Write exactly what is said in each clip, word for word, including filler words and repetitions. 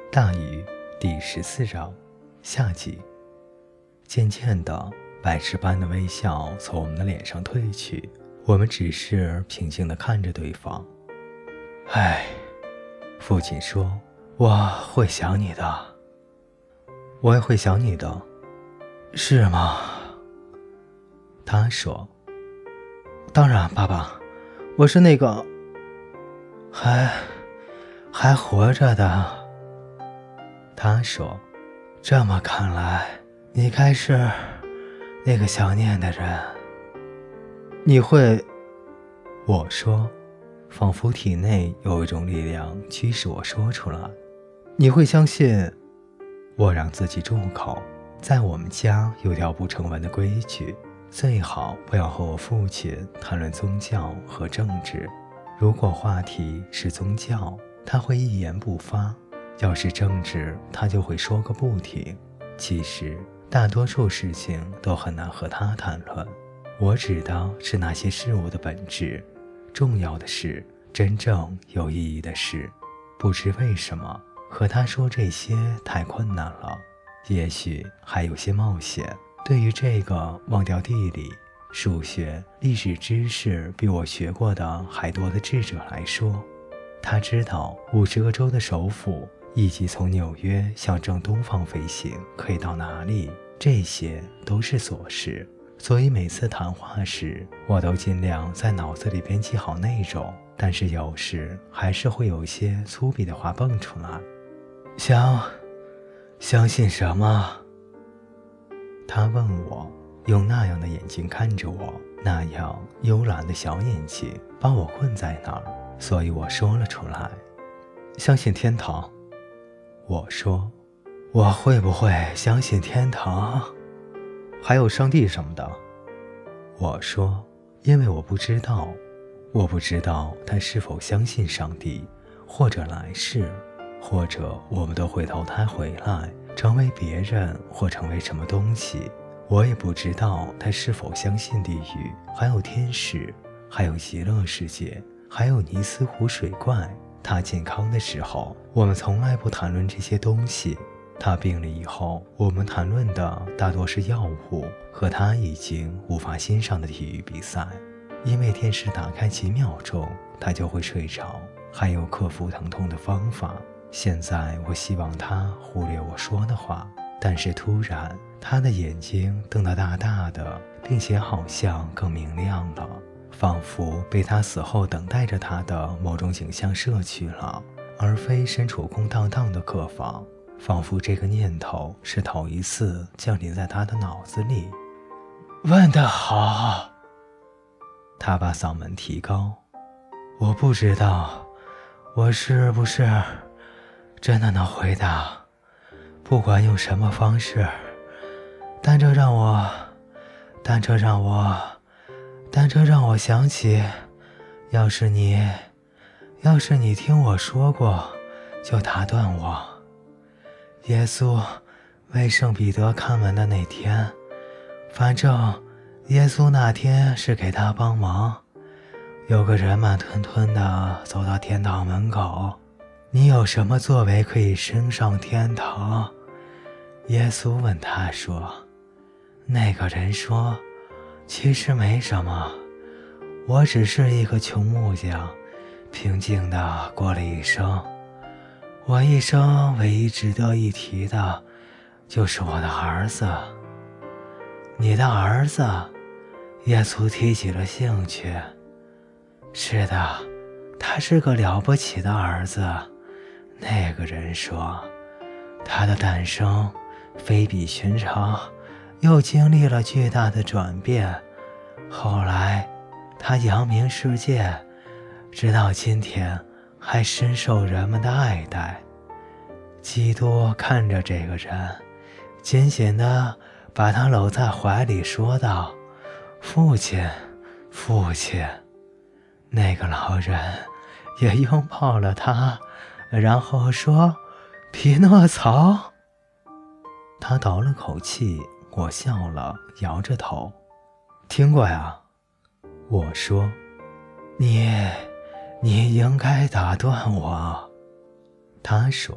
大雨第十四章下集。渐渐的，白痴般的微笑从我们的脸上褪去，我们只是平静地看着对方。唉，父亲说，我会想你的。我也会想你的。是吗？他说。当然，爸爸，我是那个还还活着的。他说，这么看来，你该是那个想念的人。你会，我说，仿佛体内有一种力量驱使我说出来。你会相信？我让自己住口。在我们家有条不成文的规矩，最好不要和我父亲谈论宗教和政治。如果话题是宗教，他会一言不发；要是政治，他就会说个不停。其实大多数事情都很难和他谈论。我指的是那些事物的本质，重要的事，真正有意义的事。不知为什么，和他说这些太困难了，也许还有些冒险。对于这个忘掉地理、数学、历史知识比我学过的还多的智者来说，他知道五十个州的首府以及从纽约向正东方飞行可以到哪里，这些都是琐事。所以每次谈话时，我都尽量在脑子里编辑好内容，但是有时还是会有些粗鄙的话蹦出来。想相信什么？他问我，用那样的眼睛看着我，那样幽蓝的小眼睛把我困在那儿，所以我说了出来。相信天堂。我说，我会不会相信天堂？还有上帝什么的。我说，因为我不知道，我不知道他是否相信上帝，或者来世，或者我们都会投胎回来，成为别人或成为什么东西。我也不知道他是否相信地狱，还有天使，还有极乐世界，还有尼斯湖水怪。他健康的时候，我们从来不谈论这些东西。他病了以后，我们谈论的大多是药物和他已经无法欣赏的体育比赛，因为电视打开几秒钟他就会睡着，还有克服疼痛的方法。现在我希望他忽略我说的话，但是突然他的眼睛瞪得大大的，并且好像更明亮了，仿佛被他死后等待着他的某种景象摄去了，而非身处空荡荡的客房。仿佛这个念头是头一次降临在他的脑子里。问得好。他把嗓门提高。我不知道我是不是真的能回答，不管用什么方式，但这让我但这让我但这让我想起，要是你要是你听我说过就打断我。耶稣为圣彼得看门的那天，反正耶稣那天是给他帮忙，有个人慢吞吞地走到天堂门口。你有什么作为可以升上天堂？耶稣问他说。那个人说，其实没什么，我只是一个穷木匠，平静地过了一生。我一生唯一值得一提的就是我的儿子。你的儿子？耶稣提起了兴趣。是的，他是个了不起的儿子。那个人说，他的诞生非比寻常，又经历了巨大的转变。后来他扬名世界，直到今天还深受人们的爱戴。基督看着这个人，紧紧地把他搂在怀里，说道，父亲，父亲。那个老人也拥抱了他，然后说，匹诺曹。他倒了口气，我笑了，摇着头。听过呀。我说，你你应该打断我。他说，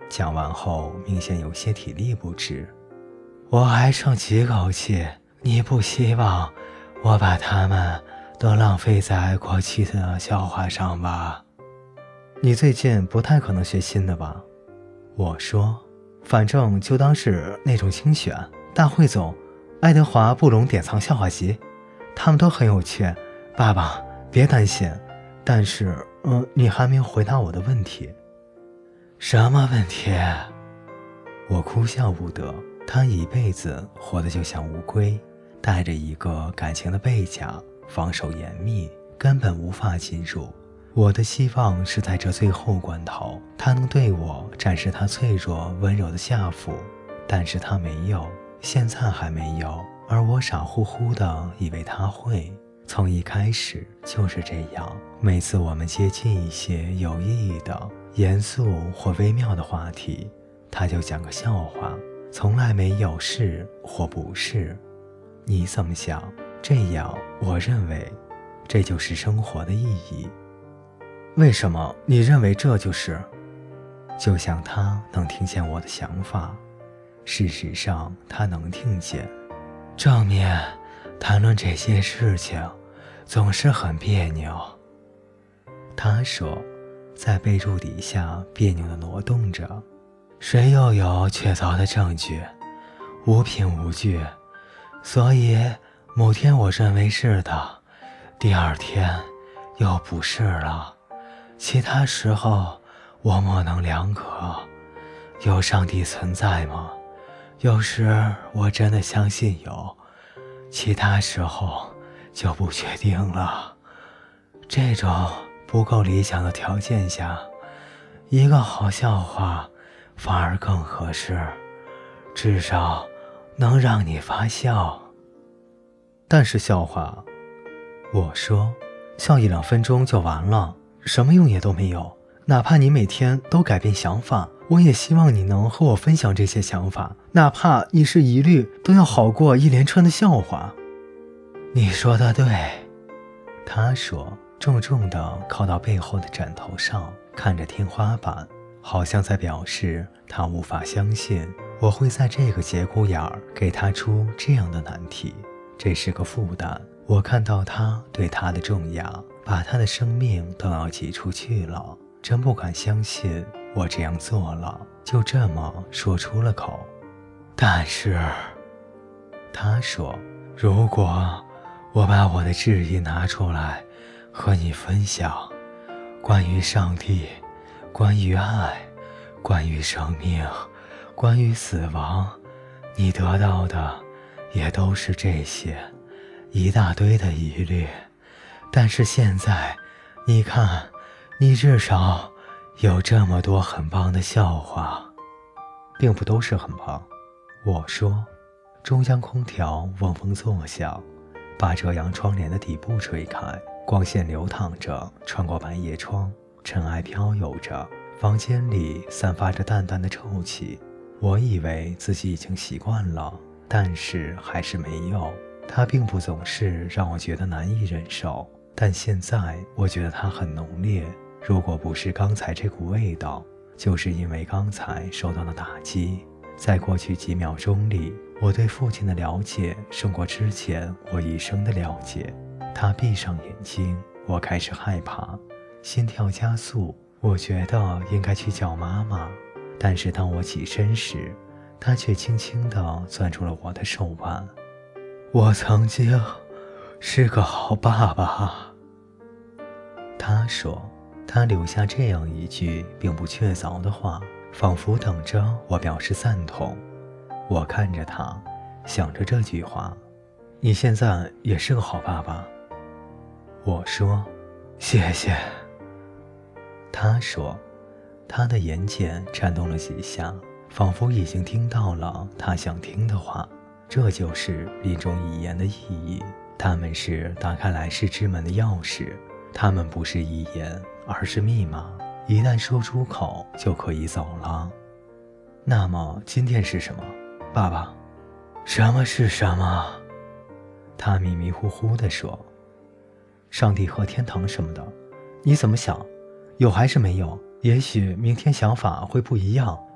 讲完后明显有些体力不支。我还剩几口气，你不希望我把它们都浪费在过期的笑话上吧？你最近不太可能学新的吧？我说，反正就当是那种精选。大汇总、爱德华·布隆典藏笑话集，他们都很有趣。爸爸，别担心。但是，嗯，你还没有回答我的问题。什么问题？我哭笑不得。他一辈子活得就像乌龟，带着一个感情的背甲，防守严密，根本无法进入。我的希望是在这最后关头，他能对我展示他脆弱温柔的下腹，但是他没有，现在还没有，而我傻乎乎的以为他会。从一开始就是这样，每次我们接近一些有意义的、严肃或微妙的话题，他就讲个笑话，从来没有是或不是。你怎么想？这样，我认为，这就是生活的意义。为什么你认为这就是？就像他能听见我的想法，事实上他能听见。正面谈论这些事情总是很别扭。他说，在被褥底下别扭地挪动着。谁又有确凿的证据？无凭无据。所以某天我认为是的，第二天又不是了。其他时候我模棱两可。有上帝存在吗？有时我真的相信有，其他时候就不确定了。这种不够理想的条件下，一个好笑话反而更合适，至少能让你发笑。但是笑话，我说，笑一两分钟就完了，什么用也都没有。哪怕你每天都改变想法，我也希望你能和我分享这些想法，哪怕你是一律都要好过一连串的笑话。你说的对，他说，重重地靠到背后的枕头上，看着天花板，好像在表示他无法相信我会在这个节骨眼儿给他出这样的难题。这是个负担。我看到他对他的重压，把他的生命都要挤出去了，真不敢相信我这样做了，就这么说出了口。但是，他说，如果我把我的质疑拿出来和你分享，关于上帝，关于爱，关于生命，关于死亡，你得到的也都是这些，一大堆的疑虑。但是现在，你看，你至少有这么多很棒的笑话。并不都是很棒，我说。中央空调嗡嗡作响，把遮阳窗帘的底部吹开，光线流淌着，穿过百叶窗，尘埃飘游着，房间里散发着淡淡的臭气。我以为自己已经习惯了，但是还是没有。它并不总是让我觉得难以忍受，但现在我觉得它很浓烈。如果不是刚才这股味道，就是因为刚才受到了打击。在过去几秒钟里，我对父亲的了解胜过之前我一生的了解。他闭上眼睛，我开始害怕，心跳加速。我觉得应该去叫妈妈，但是当我起身时，他却轻轻地攥住了我的手腕。我曾经是个好爸爸，他说。他留下这样一句并不确凿的话，仿佛等着我表示赞同。我看着他，想着这句话。你现在也是个好爸爸。我说，谢谢。他说，他的眼睑颤动了几下，仿佛已经听到了他想听的话。这就是临终遗言的意义，他们是打开来世之门的钥匙，他们不是遗言，而是密码，一旦说出口就可以走了。那么今天是什么，爸爸？什么是什么？他迷迷糊糊地说。上帝和天堂什么的，你怎么想？有还是没有？也许明天想法会不一样，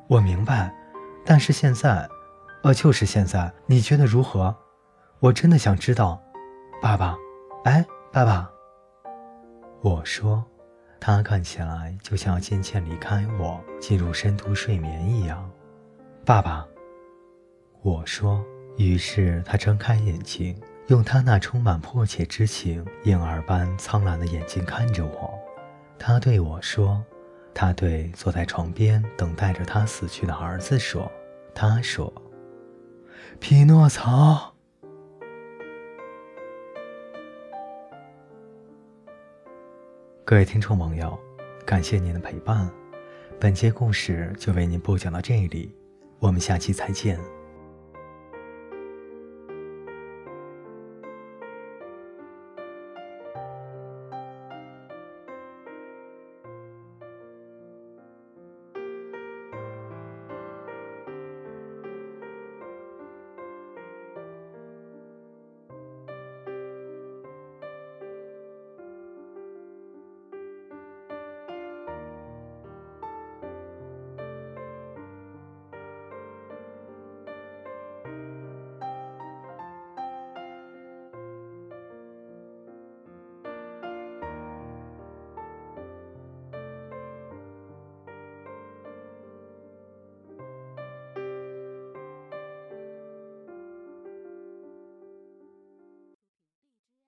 我明白，但是现在，呃，就是现在，你觉得如何？我真的想知道。爸爸，哎，爸爸。我说，他看起来就像要渐渐离开我，进入深度睡眠一样。爸爸，我说。于是他睁开眼睛，用他那充满迫切之情、婴儿般苍蓝的眼睛看着我。他对我说，他对坐在床边等待着他死去的儿子说，他说，匹诺曹。各位听众朋友，感谢您的陪伴，本节故事就为您播讲到这里，我们下期再见。